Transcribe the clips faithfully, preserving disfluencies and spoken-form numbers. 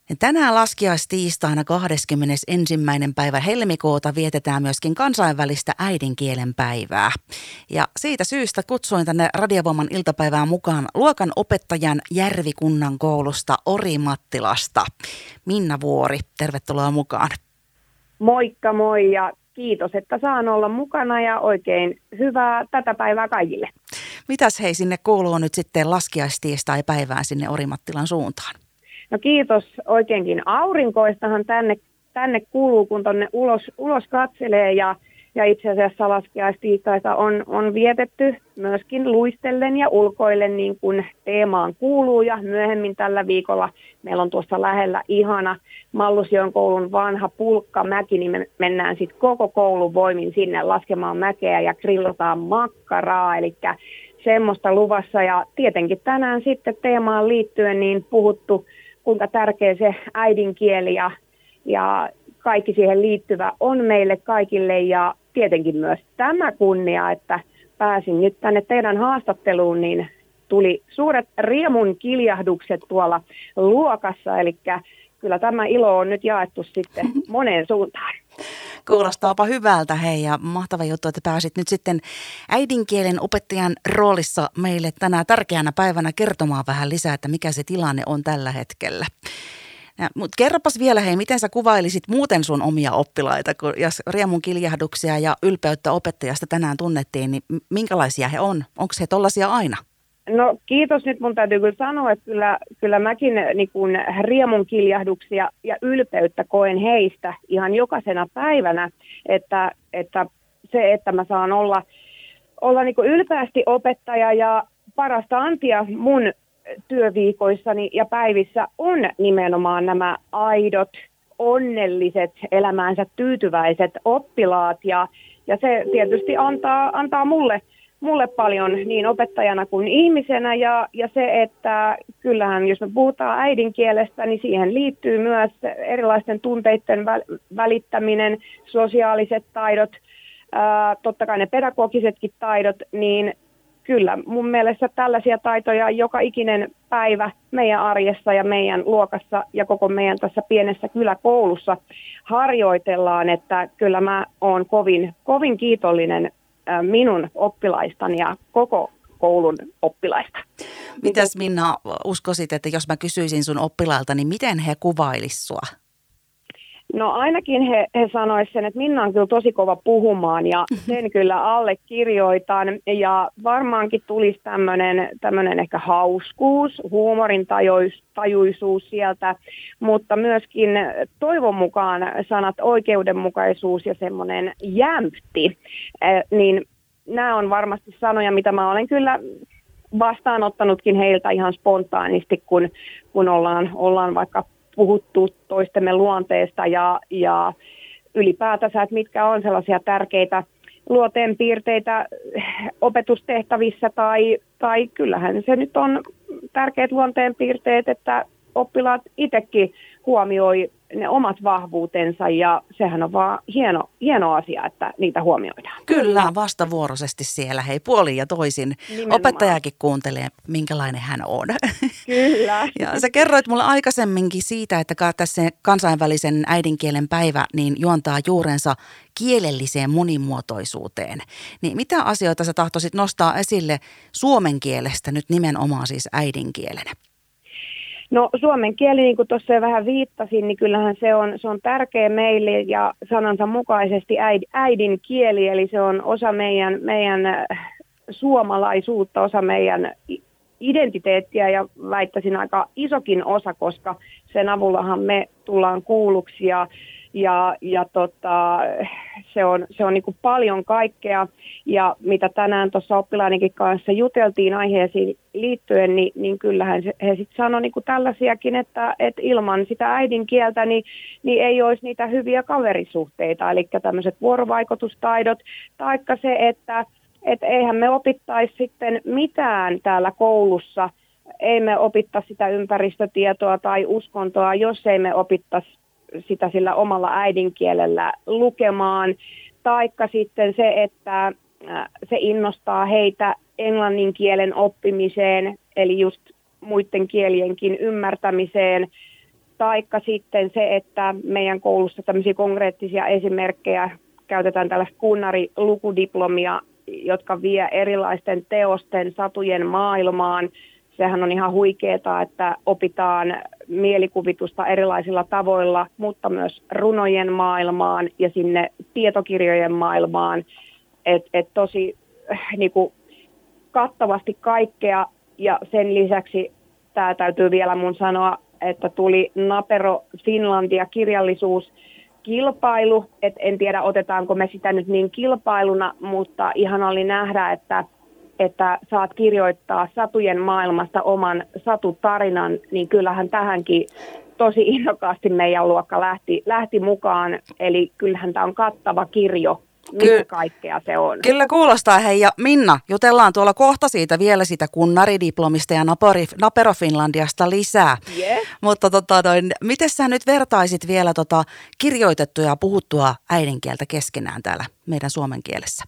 Ja tänään laskiaistiistaina kahdeskymmenesensimmäinen päivä helmikuuta vietetään myöskin kansainvälistä äidinkielen päivää. Ja siitä syystä kutsuin tänne Radiovoiman iltapäivään mukaan luokan opettajan Järvikunnan koulusta Orimattilasta. Minna Vuori, tervetuloa mukaan. Moikka moi ja kiitos, että saan olla mukana ja oikein hyvää tätä päivää kaikille. Mitäs hei sinne kuuluu nyt sitten laskiaistiistai päivään sinne Orimattilan suuntaan? No kiitos oikeinkin aurinkoistahan tänne, tänne kuuluu, kun tonne ulos, ulos katselee ja, ja itse asiassa laskiaistiistaita on, on vietetty myöskin luistellen ja ulkoillen niin kuin teemaan kuuluu ja myöhemmin tällä viikolla meillä on tuossa lähellä ihana Mallusjoen koulun vanha pulkkamäki, niin me mennään sitten koko koulun voimin sinne laskemaan mäkeä ja grillataan makkaraa, eli semmoista luvassa ja tietenkin tänään sitten teemaan liittyen niin puhuttu, kuinka tärkeä se äidinkieli ja, ja kaikki siihen liittyvä on meille kaikille ja tietenkin myös tämä kunnia, että pääsin nyt tänne teidän haastatteluun, niin tuli suuret riemun kiljahdukset tuolla luokassa, eli kyllä tämä ilo on nyt jaettu sitten moneen suuntaan. Kuulostaapa hyvältä hei ja mahtava juttu, että pääsit nyt sitten äidinkielen opettajan roolissa meille tänä tärkeänä päivänä kertomaan vähän lisää, että mikä se tilanne on tällä hetkellä. Mutta kerropas vielä hei, miten sä kuvailisit muuten sun omia oppilaita, kun jos riemun kiljahduksia ja ylpeyttä opettajasta tänään tunnettiin, niin minkälaisia he on? Onko he tollaisia aina? No kiitos, nyt mun täytyy kyllä sanoa, että kyllä, kyllä mäkin niin kuin riemun kiljahduksia ja ylpeyttä koen heistä ihan jokaisena päivänä, että, että se, että mä saan olla, olla niin kuin ylpeästi opettaja ja parasta antia mun työviikoissani ja päivissä on nimenomaan nämä aidot, onnelliset, elämäänsä tyytyväiset oppilaat ja, ja se tietysti antaa, antaa mulle Mulle paljon niin opettajana kuin ihmisenä ja, ja se, että kyllähän jos me puhutaan äidinkielestä, niin siihen liittyy myös erilaisten tunteiden välittäminen, sosiaaliset taidot, ää, totta kai ne pedagogisetkin taidot, niin kyllä mun mielestä tällaisia taitoja joka ikinen päivä meidän arjessa ja meidän luokassa ja koko meidän tässä pienessä kyläkoulussa harjoitellaan, että kyllä mä oon kovin, kovin kiitollinen minun oppilaistani ja koko koulun oppilaista. Mitäs Minna uskoisit, että jos mä kysyisin sun oppilailta, niin miten he kuvailis sua? No ainakin he, he sanoisivat sen, että Minna on kyllä tosi kova puhumaan ja sen kyllä allekirjoitan. Ja varmaankin tulisi tämmöinen, tämmöinen ehkä hauskuus, huumorin tajuisuus sieltä, mutta myöskin toivon mukaan sanat oikeudenmukaisuus ja semmoinen jämpti. Eh, niin nämä on varmasti sanoja, mitä mä olen kyllä vastaanottanut heiltä ihan spontaanisti, kun, kun ollaan, ollaan vaikka puhuttu toistemme luonteesta ja, ja ylipäätänsä, että mitkä on sellaisia tärkeitä luonteenpiirteitä opetustehtävissä tai, tai kyllähän se nyt on tärkeät luonteenpiirteet, että oppilaat itsekin huomioi ne omat vahvuutensa ja sehän on vaan hieno, hieno asia, että niitä huomioidaan. Kyllä, vastavuoroisesti siellä, hei puolin ja toisin. Nimenomaan. Opettajakin kuuntelee, minkälainen hän on. Kyllä. Ja sä kerroit mulle aikaisemminkin siitä, että tässä kansainvälisen äidinkielen päivä niin juontaa juurensa kielelliseen monimuotoisuuteen. Niin mitä asioita sä tahtoisit nostaa esille suomen kielestä nyt nimenomaan siis äidinkielenä? No suomen kieli, niin kuin tuossa jo vähän viittasin, niin kyllähän se on, se on tärkeä meille ja sanansa mukaisesti äid, äidinkieli, eli se on osa meidän, meidän suomalaisuutta, osa meidän identiteettiä ja väittäisin aika isokin osa, koska sen avullahan me tullaan kuulluksi ja, ja, ja tota, se on, se on niin kuin paljon kaikkea ja mitä tänään tuossa oppilaanikin kanssa juteltiin aiheisiin liittyen, niin, niin kyllähän he sitten sanoi niin kuin tällaisiakin, että, että ilman sitä äidinkieltä niin, niin ei olisi niitä hyviä kaverisuhteita, eli tämmöiset vuorovaikutustaidot, taikka se, että että eihän me opittaisi sitten mitään täällä koulussa, ei me opittaisi sitä ympäristötietoa tai uskontoa, jos ei me opittaisi sitä sillä omalla äidinkielellä lukemaan, taikka sitten se, että se innostaa heitä englannin kielen oppimiseen, eli just muiden kielienkin ymmärtämiseen, taikka sitten se, että meidän koulussa tämmöisiä konkreettisia esimerkkejä, käytetään tällaista kunnari-lukudiplomia, jotka vie erilaisten teosten, satujen maailmaan. Sehän on ihan huikeeta, että opitaan mielikuvitusta erilaisilla tavoilla, mutta myös runojen maailmaan ja sinne tietokirjojen maailmaan. Et, et tosi niin kuin kattavasti kaikkea, ja sen lisäksi tämä täytyy vielä mun sanoa, että tuli Napero Finlandia kirjallisuuskilpailu, et en tiedä otetaanko me sitä nyt niin kilpailuna, mutta ihan oli nähdä, että, että saat kirjoittaa satujen maailmasta oman satutarinan, niin kyllähän tähänkin tosi innokkaasti meidän luokka lähti, lähti mukaan, eli kyllähän tämä on kattava kirjo. Mitä Ky- kaikkea se on. Kyllä kuulostaa. Hei, ja Minna, jutellaan tuolla kohta siitä vielä siitä kunnaridiplomista ja Napero Finlandiasta lisää. Yeah. Mutta tota, miten sä nyt vertaisit vielä tota kirjoitettua ja puhuttua äidinkieltä keskenään täällä meidän suomen kielessä?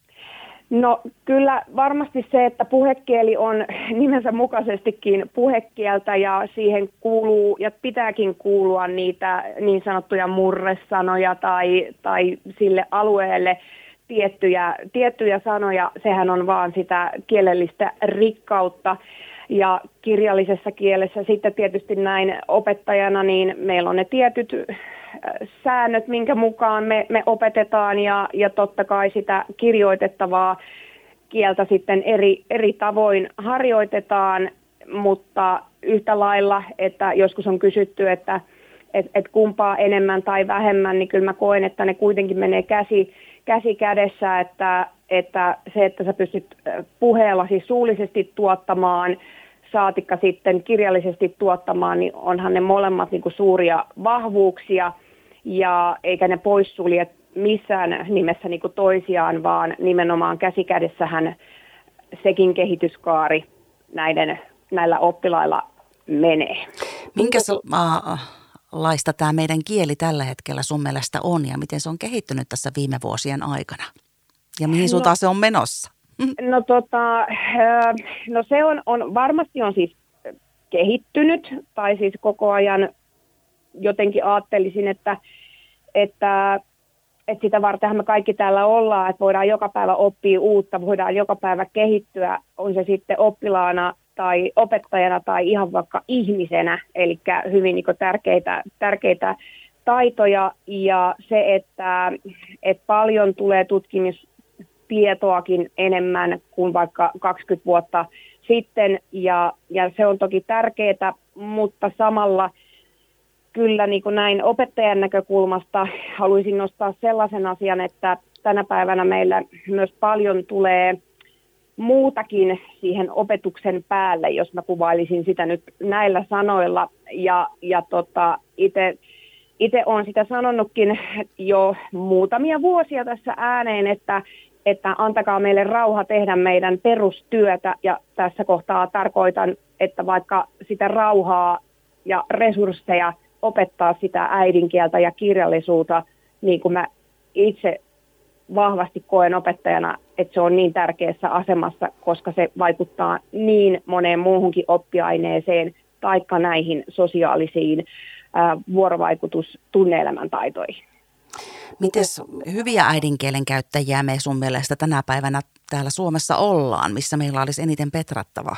No kyllä varmasti se, että puhekieli on nimensä mukaisestikin puhekieltä ja siihen kuuluu ja pitääkin kuulua niitä niin sanottuja murresanoja tai, tai sille alueelle tiettyjä, tiettyjä sanoja. Sehän on vaan sitä kielellistä rikkautta. Ja kirjallisessa kielessä sitten tietysti näin opettajana, niin meillä on ne tietyt säännöt, minkä mukaan me, me opetetaan ja, ja totta kai sitä kirjoitettavaa kieltä sitten eri, eri tavoin harjoitetaan, mutta yhtä lailla, että joskus on kysytty, että et, et kumpaa enemmän tai vähemmän, niin kyllä mä koen, että ne kuitenkin menee käsi, käsi kädessä, että, että se, että sä pystyt puheella siis suullisesti tuottamaan, saatikka sitten kirjallisesti tuottamaan, niin onhan ne molemmat niin kuin suuria vahvuuksia, ja eikä ne poissulje missään nimessä niin kuin toisiaan, vaan nimenomaan käsikädessähän sekin kehityskaari näiden, näillä oppilailla menee. Minkälaista tämä meidän kieli tällä hetkellä sun mielestä on, ja miten se on kehittynyt tässä viime vuosien aikana? Ja mihin suuntaan no. se on menossa? No, tota, no se on, on, varmasti on siis kehittynyt, tai siis koko ajan jotenkin ajattelisin, että, että, että sitä vartenhan me kaikki täällä ollaan, että voidaan joka päivä oppia uutta, voidaan joka päivä kehittyä, on se sitten oppilaana tai opettajana tai ihan vaikka ihmisenä, eli hyvin niin kuin tärkeitä, tärkeitä taitoja, ja se, että, että paljon tulee tutkimus tietoakin enemmän kuin vaikka kaksikymmentä vuotta sitten, ja, ja se on toki tärkeää, mutta samalla kyllä niin kuin näin opettajan näkökulmasta haluaisin nostaa sellaisen asian, että tänä päivänä meillä myös paljon tulee muutakin siihen opetuksen päälle, jos mä kuvailisin sitä nyt näillä sanoilla, ja, ja tota, itse itse olen sitä sanonutkin jo muutamia vuosia tässä ääneen, että että antakaa meille rauha tehdä meidän perustyötä, ja tässä kohtaa tarkoitan, että vaikka sitä rauhaa ja resursseja opettaa sitä äidinkieltä ja kirjallisuutta, niin kuin mä itse vahvasti koen opettajana, että se on niin tärkeässä asemassa, koska se vaikuttaa niin moneen muuhunkin oppiaineeseen, taikka näihin sosiaalisiin ää, vuorovaikutus tunne-elämän taitoihin. Mites hyviä äidinkielen käyttäjiä me sun mielestä tänä päivänä täällä Suomessa ollaan, missä meillä olisi eniten petrattavaa?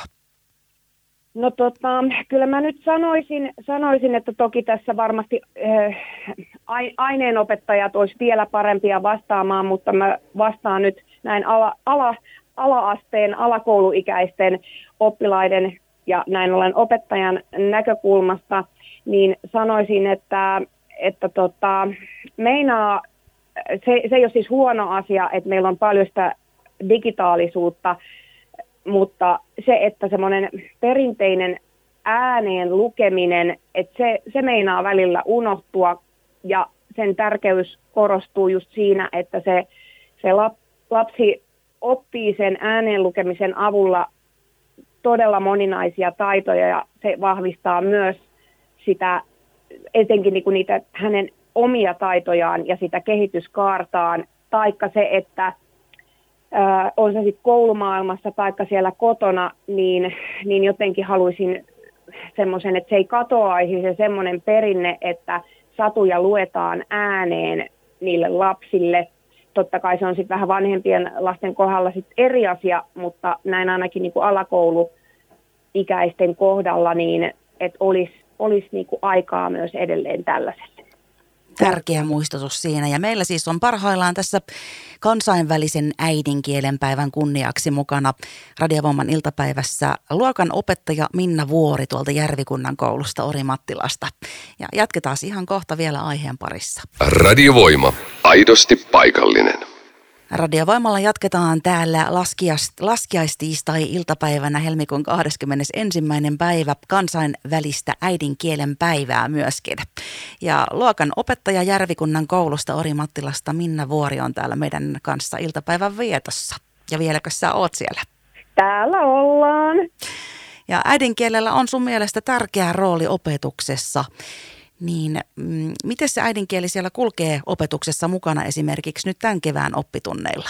No tota, kyllä mä nyt sanoisin, sanoisin että toki tässä varmasti äh, aineenopettajat olisi vielä parempia vastaamaan, mutta mä vastaan nyt näin ala, ala, ala-asteen, alakouluikäisten oppilaiden ja näin ollen opettajan näkökulmasta, niin sanoisin, että että tota, meinaa, se, se ei ole siis huono asia, että meillä on paljon sitä digitaalisuutta, mutta se, että semmoinen perinteinen ääneen lukeminen, että se, se meinaa välillä unohtua, ja sen tärkeys korostuu just siinä, että se, se lapsi oppii sen ääneen lukemisen avulla todella moninaisia taitoja, ja se vahvistaa myös sitä etenkin niinku niitä hänen omia taitojaan ja sitä kehityskaartaan, taikka se, että ää, on se sitten koulumaailmassa taikka siellä kotona, niin, niin jotenkin haluaisin semmoisen, että se ei katoaisi se semmoinen perinne, että satuja luetaan ääneen niille lapsille. Totta kai se on sitten vähän vanhempien lasten kohdalla sit eri asia, mutta näin ainakin niin kuin alakouluikäisten kohdalla, niin että olisi olis niin kuin aikaa myös edelleen tällaiselle. Tärkeä muistutus siinä. Ja meillä siis on parhaillaan tässä kansainvälisen äidinkielen päivän kunniaksi mukana Radiovoiman iltapäivässä luokan opettaja Minna Vuori tuolta Järvikunnan koulusta Orimattilasta. Ja jatketaan ihan kohta vielä aiheen parissa. Radiovoima. Aidosti paikallinen. Radiovoimalla jatketaan täällä laskiaistiistai-iltapäivänä helmikuun kahdeskymmenesensimmäinen päivä kansainvälistä äidinkielen päivää myöskin. Ja luokan opettaja Järvikunnan koulusta Orimattilasta Minna Vuori on täällä meidän kanssa iltapäivän vietossa. Ja vieläkö sä oot siellä? Täällä ollaan. Ja äidinkielellä on sun mielestä tärkeä rooli opetuksessa. Niin mm, miten se äidinkieli siellä kulkee opetuksessa mukana esimerkiksi nyt tämän kevään oppitunneilla?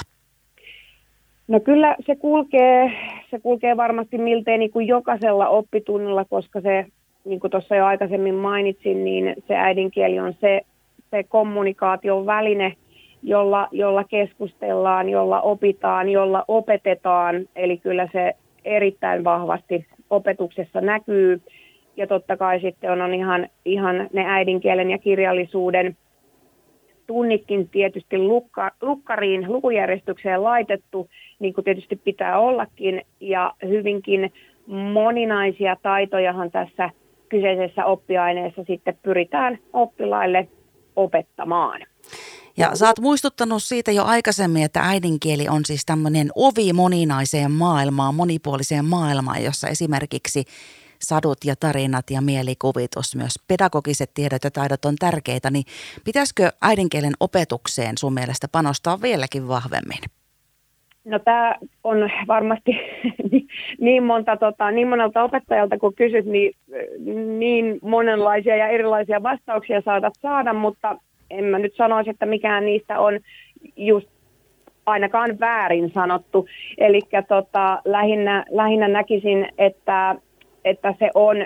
No kyllä se kulkee, se kulkee varmasti miltei niin kuin jokaisella oppitunnilla, koska se, niin kuin tuossa jo aikaisemmin mainitsin, niin se äidinkieli on se, se kommunikaation väline, jolla, jolla keskustellaan, jolla opitaan, jolla opetetaan. Eli kyllä se erittäin vahvasti opetuksessa näkyy. Ja totta kai sitten on, on ihan, ihan ne äidinkielen ja kirjallisuuden tunnitkin tietysti lukka, lukkariin, lukujärjestykseen laitettu, niin kuin tietysti pitää ollakin. Ja hyvinkin moninaisia taitojahan tässä kyseisessä oppiaineessa sitten pyritään oppilaille opettamaan. Ja sä oot muistuttanut siitä jo aikaisemmin, että äidinkieli on siis tämmöinen ovi moninaiseen maailmaan, monipuoliseen maailmaan, jossa esimerkiksi sadut ja tarinat ja mielikuvitus, myös pedagogiset tiedot ja taidot on tärkeitä, niin pitäisikö äidinkielen opetukseen sun mielestä panostaa vieläkin vahvemmin? No tämä on varmasti niin, monta, tota, niin monelta opettajalta, kun kysyt, niin, niin monenlaisia ja erilaisia vastauksia saatat saada, mutta en mä nyt sanoisi, että mikään niistä on just ainakaan väärin sanottu. Eli tota, lähinnä, lähinnä näkisin, että että se on,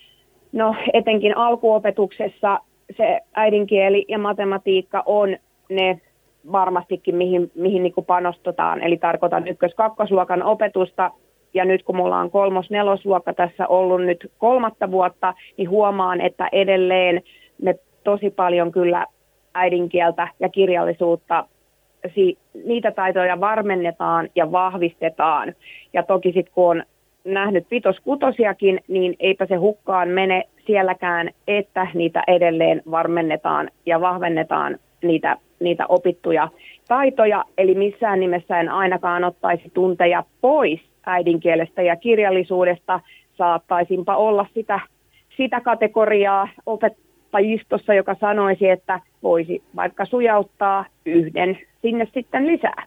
no etenkin alkuopetuksessa se äidinkieli ja matematiikka on ne varmastikin, mihin, mihin niin kuin panostetaan. Eli tarkoitan ykkös-kakkosluokan opetusta, ja nyt kun mulla on kolmos-nelosluokka tässä ollut nyt kolmatta vuotta, niin huomaan, että edelleen me tosi paljon kyllä äidinkieltä ja kirjallisuutta, niitä taitoja varmennetaan ja vahvistetaan. Ja toki sitten kun on nähnyt vitos-kutosiakin, niin eipä se hukkaan mene sielläkään, että niitä edelleen varmennetaan ja vahvennetaan niitä, niitä opittuja taitoja. Eli missään nimessä en ainakaan ottaisi tunteja pois äidinkielestä ja kirjallisuudesta. Saattaisinpa olla sitä, sitä kategoriaa opettajistossa, joka sanoisi, että voisi vaikka sujauttaa yhden sinne sitten lisää.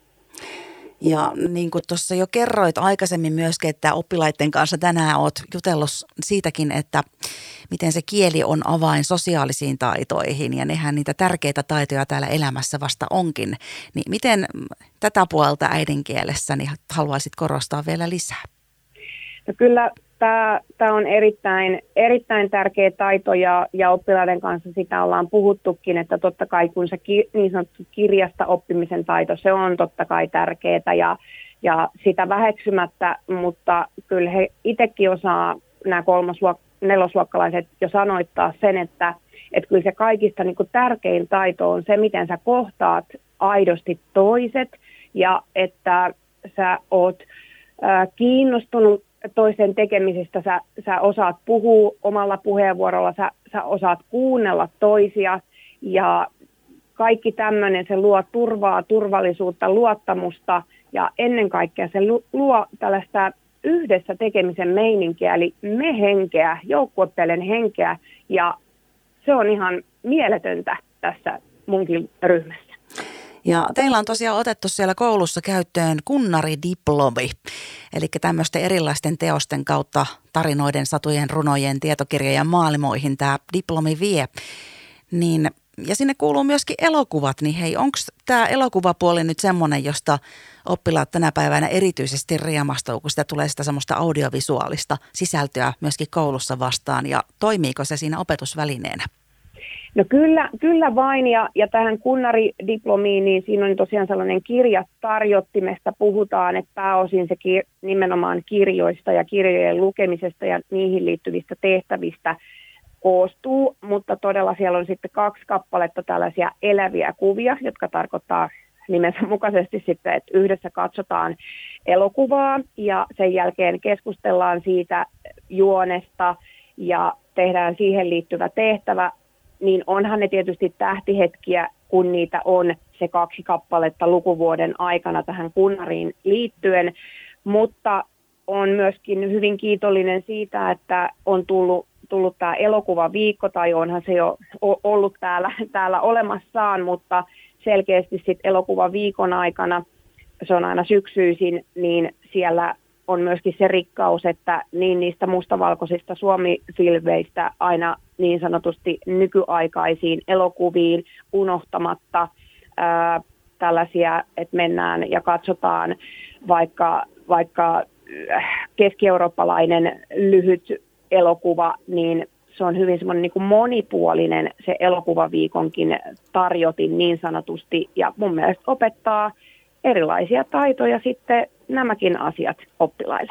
Ja niin kuin tuossa jo kerroit aikaisemmin myöskin, että oppilaiden kanssa tänään olet jutellut siitäkin, että miten se kieli on avain sosiaalisiin taitoihin ja nehän niitä tärkeitä taitoja täällä elämässä vasta onkin. Niin miten tätä puolta äidinkielessä niin haluaisit korostaa vielä lisää? No kyllä tämä, tämä on erittäin, erittäin tärkeä taito ja, ja oppilaiden kanssa sitä ollaan puhuttukin, että totta kai kun se ki, niin sanottu kirjasta oppimisen taito, se on totta kai tärkeää ja, ja sitä väheksymättä, mutta kyllä he itsekin osaa, nämä kolmosluok- nelosluokkalaiset jo sanoittaa sen, että, että kyllä se kaikista niin kuin tärkein taito on se, miten sä kohtaat aidosti toiset ja että sä oot äh, kiinnostunut toisen tekemisestä, sä, sä osaat puhua omalla puheenvuorolla, sä, sä osaat kuunnella toisia ja kaikki tämmöinen, se luo turvaa, turvallisuutta, luottamusta ja ennen kaikkea se luo tällaista yhdessä tekemisen meininkiä, eli me-henkeä, joukkuepelen henkeä ja se on ihan mieletöntä tässä munkin ryhmässä. Ja teillä on tosiaan otettu siellä koulussa käyttöön kunnaridiplomi, eli tämmöisten erilaisten teosten kautta tarinoiden, satujen, runojen, tietokirjojen maailmoihin tämä diplomi vie. Niin ja sinne kuuluu myöskin elokuvat, niin hei, onko tämä elokuvapuoli nyt semmoinen, josta oppilaat tänä päivänä erityisesti riemastuu, kun sitä tulee sitä semmoista audiovisuaalista sisältöä myöskin koulussa vastaan, ja toimiiko se siinä opetusvälineenä? No kyllä, kyllä vain, ja, ja tähän kunnaridiplomiin, niin siinä on tosiaan sellainen kirjatarjottimesta puhutaan, että pääosin se ki- nimenomaan kirjoista ja kirjojen lukemisesta ja niihin liittyvistä tehtävistä koostuu, mutta todella siellä on sitten kaksi kappaletta tällaisia eläviä kuvia, jotka tarkoittaa nimensä mukaisesti sitten, että yhdessä katsotaan elokuvaa ja sen jälkeen keskustellaan siitä juonesta ja tehdään siihen liittyvä tehtävä, niin onhan ne tietysti tähtihetkiä, kun niitä on se kaksi kappaletta lukuvuoden aikana tähän kunnariin liittyen, mutta on myöskin hyvin kiitollinen siitä, että on tullut, tullut tämä elokuvaviikko, tai onhan se jo ollut täällä, täällä olemassaan, mutta selkeästi sitten elokuvaviikon aikana, se on aina syksyisin, niin siellä on myöskin se rikkaus, että niin niistä mustavalkoisista Suomi-filmeistä aina niin sanotusti nykyaikaisiin elokuviin unohtamatta ää, tällaisia, että mennään ja katsotaan vaikka, vaikka keski-eurooppalainen lyhyt elokuva, niin se on hyvin semmoinen niin kuin monipuolinen se elokuvaviikonkin tarjotin niin sanotusti, ja mun mielestä opettaa erilaisia taitoja sitten nämäkin asiat oppilaille.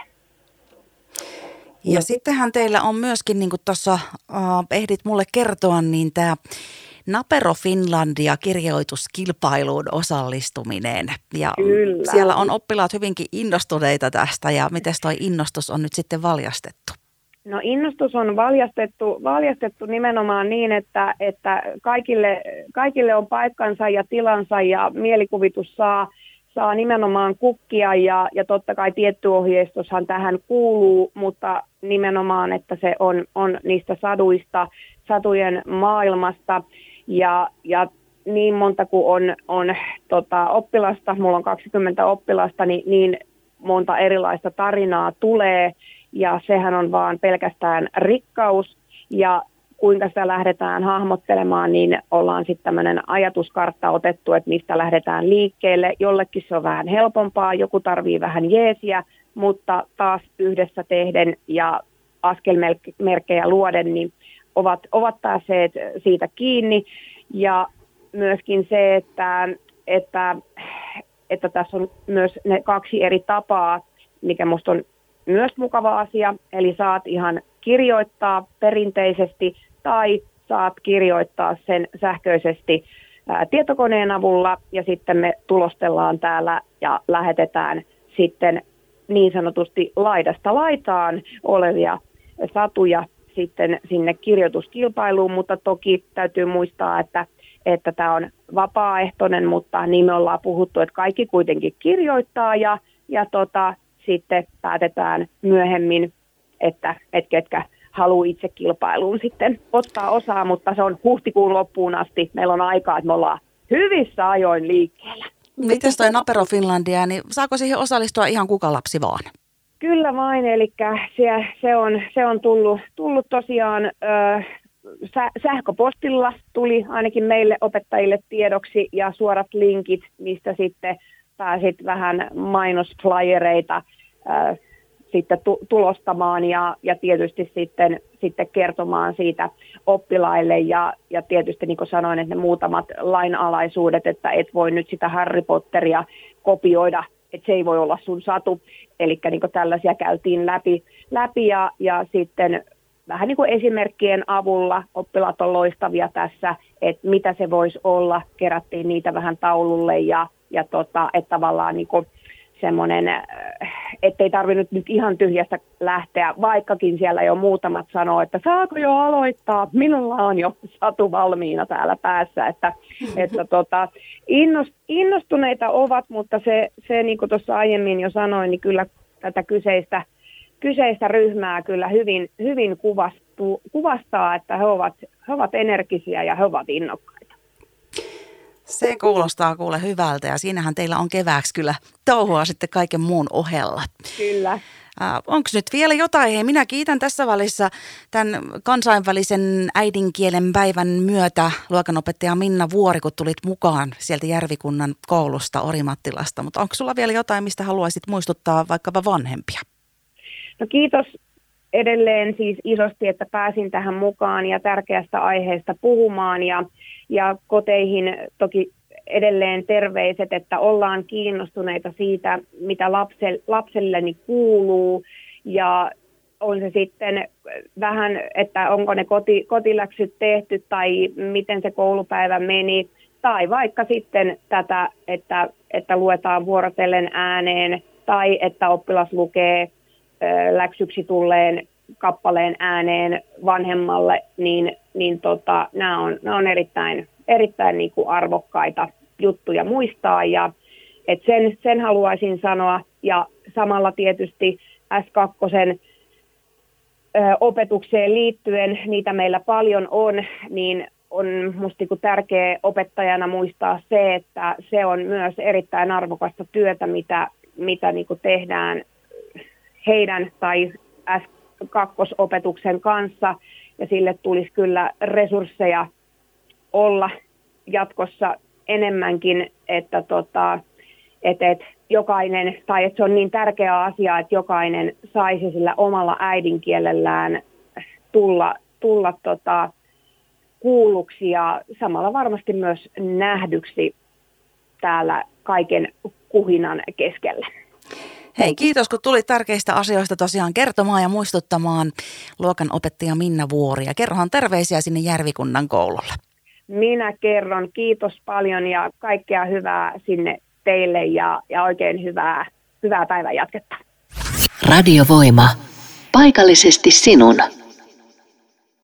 Ja sittenhän teillä on myöskin, niin kuin tuossa äh, ehdit mulle kertoa, niin tämä Napero Finlandia kirjoituskilpailuun osallistuminen. Ja Kyllä. Siellä on oppilaat hyvinkin innostuneita tästä, ja miten toi innostus on nyt sitten valjastettu? No innostus on valjastettu, valjastettu nimenomaan niin, että, että kaikille, kaikille on paikkansa ja tilansa ja mielikuvitus saa, saa nimenomaan kukkia ja, ja totta kai tietty ohjeistushan tähän kuuluu, mutta nimenomaan, että se on, on niistä saduista, satujen maailmasta ja, ja niin monta kuin on, on tota, oppilasta, mulla on kaksikymmentä oppilasta, niin, niin monta erilaista tarinaa tulee. Ja sehän on vaan pelkästään rikkaus, ja kuinka sitä lähdetään hahmottelemaan, niin ollaan sitten tämmöinen ajatuskartta otettu, että mistä lähdetään liikkeelle. Jollekin se on vähän helpompaa, joku tarvii vähän jeesiä, mutta taas yhdessä tehden ja askelmerkkejä luoden, niin ovat, ovat päässeet siitä kiinni. Ja myöskin se, että, että, että tässä on myös ne kaksi eri tapaa, mikä musta on myös mukava asia, eli saat ihan kirjoittaa perinteisesti tai saat kirjoittaa sen sähköisesti ää, tietokoneen avulla, ja sitten me tulostellaan täällä ja lähetetään sitten niin sanotusti laidasta laitaan olevia satuja sitten sinne kirjoituskilpailuun, mutta toki täytyy muistaa, että että tämä on vapaaehtoinen, mutta niin me ollaan puhuttu, että kaikki kuitenkin kirjoittaa ja, ja tota, sitten päätetään myöhemmin, että et ketkä haluaa itse kilpailuun sitten ottaa osaa, mutta se on huhtikuun loppuun asti. Meillä on aikaa, että me ollaan hyvissä ajoin liikkeellä. Mites toi Napero Finlandia, niin saako siihen osallistua ihan kuka lapsi vaan? Kyllä vain, eli se, se, on, se on tullut, tullut tosiaan ö, sä, sähköpostilla, tuli ainakin meille opettajille tiedoksi ja suorat linkit, mistä sitten pääsit vähän mainosflyereita äh, sitten tu- tulostamaan ja, ja tietysti sitten, sitten kertomaan siitä oppilaille ja, ja tietysti niin kuin sanoin, että ne muutamat lainalaisuudet, että et voi nyt sitä Harry Potteria kopioida, että se ei voi olla sun satu, eli niin kuin tällaisia käytiin läpi, läpi ja, ja sitten vähän niin kuin esimerkkien avulla oppilaat on loistavia tässä, että mitä se voisi olla, kerättiin niitä vähän taululle ja Ja tota, että tavallaan niin kuin semmoinen, ettei tarvinnut nyt ihan tyhjästä lähteä, vaikkakin siellä jo muutamat sanoo, että saako jo aloittaa, minulla on jo satu valmiina täällä päässä, että, että tota, innostuneita ovat, mutta se, se niin kuin tuossa aiemmin jo sanoin, niin kyllä tätä kyseistä, kyseistä ryhmää kyllä hyvin, hyvin kuvastu, kuvastaa, että he ovat, he ovat energisiä ja he ovat innokkaita. Se kuulostaa kuule hyvältä, ja siinähän teillä on kevääksi kyllä touhua sitten kaiken muun ohella. Kyllä. Äh, Onko nyt vielä jotain? Hei, minä kiitän tässä välissä tämän kansainvälisen äidinkielen päivän myötä luokanopettaja Minna Vuori, kun tulit mukaan sieltä Järvikunnan koulusta Orimattilasta. Mutta onko sulla vielä jotain, mistä haluaisit muistuttaa vaikkapa vanhempia? No kiitos edelleen siis isosti, että pääsin tähän mukaan ja tärkeästä aiheesta puhumaan ja, ja koteihin toki edelleen terveiset, että ollaan kiinnostuneita siitä, mitä lapse, lapselleni kuuluu ja on se sitten vähän, että onko ne koti, kotiläksyt tehty tai miten se koulupäivä meni tai vaikka sitten tätä, että, että luetaan vuorotellen ääneen tai että oppilas lukee läksyksi tulleen kappaleen ääneen vanhemmalle, niin, niin tota, nämä on, nämä on erittäin, erittäin niin kuin arvokkaita juttuja muistaa. Ja, et sen, sen haluaisin sanoa. Ja samalla tietysti S kaksi ö, opetukseen liittyen, niitä meillä paljon on, niin on musta niin kuin tärkeä opettajana muistaa se, että se on myös erittäin arvokasta työtä, mitä, mitä niin kuin tehdään heidän tai S kaksi opetuksen kanssa, ja sille tulisi kyllä resursseja olla jatkossa enemmänkin, että tota, et, et jokainen, tai että se on niin tärkeä asia, että jokainen saisi sillä omalla äidinkielellään tulla, tulla tota, kuulluksi ja samalla varmasti myös nähdyksi täällä kaiken kuhinan keskellä. Hei, kiitos kun tulit tärkeistä asioista tosiaan kertomaan ja muistuttamaan luokanopettaja Minna Vuori. Ja kerrohan terveisiä sinne Järvikunnan koululle. Minä kerron. Kiitos paljon ja kaikkea hyvää sinne teille ja, ja oikein hyvää, hyvää päivän jatketta. Radiovoima. Paikallisesti sinun.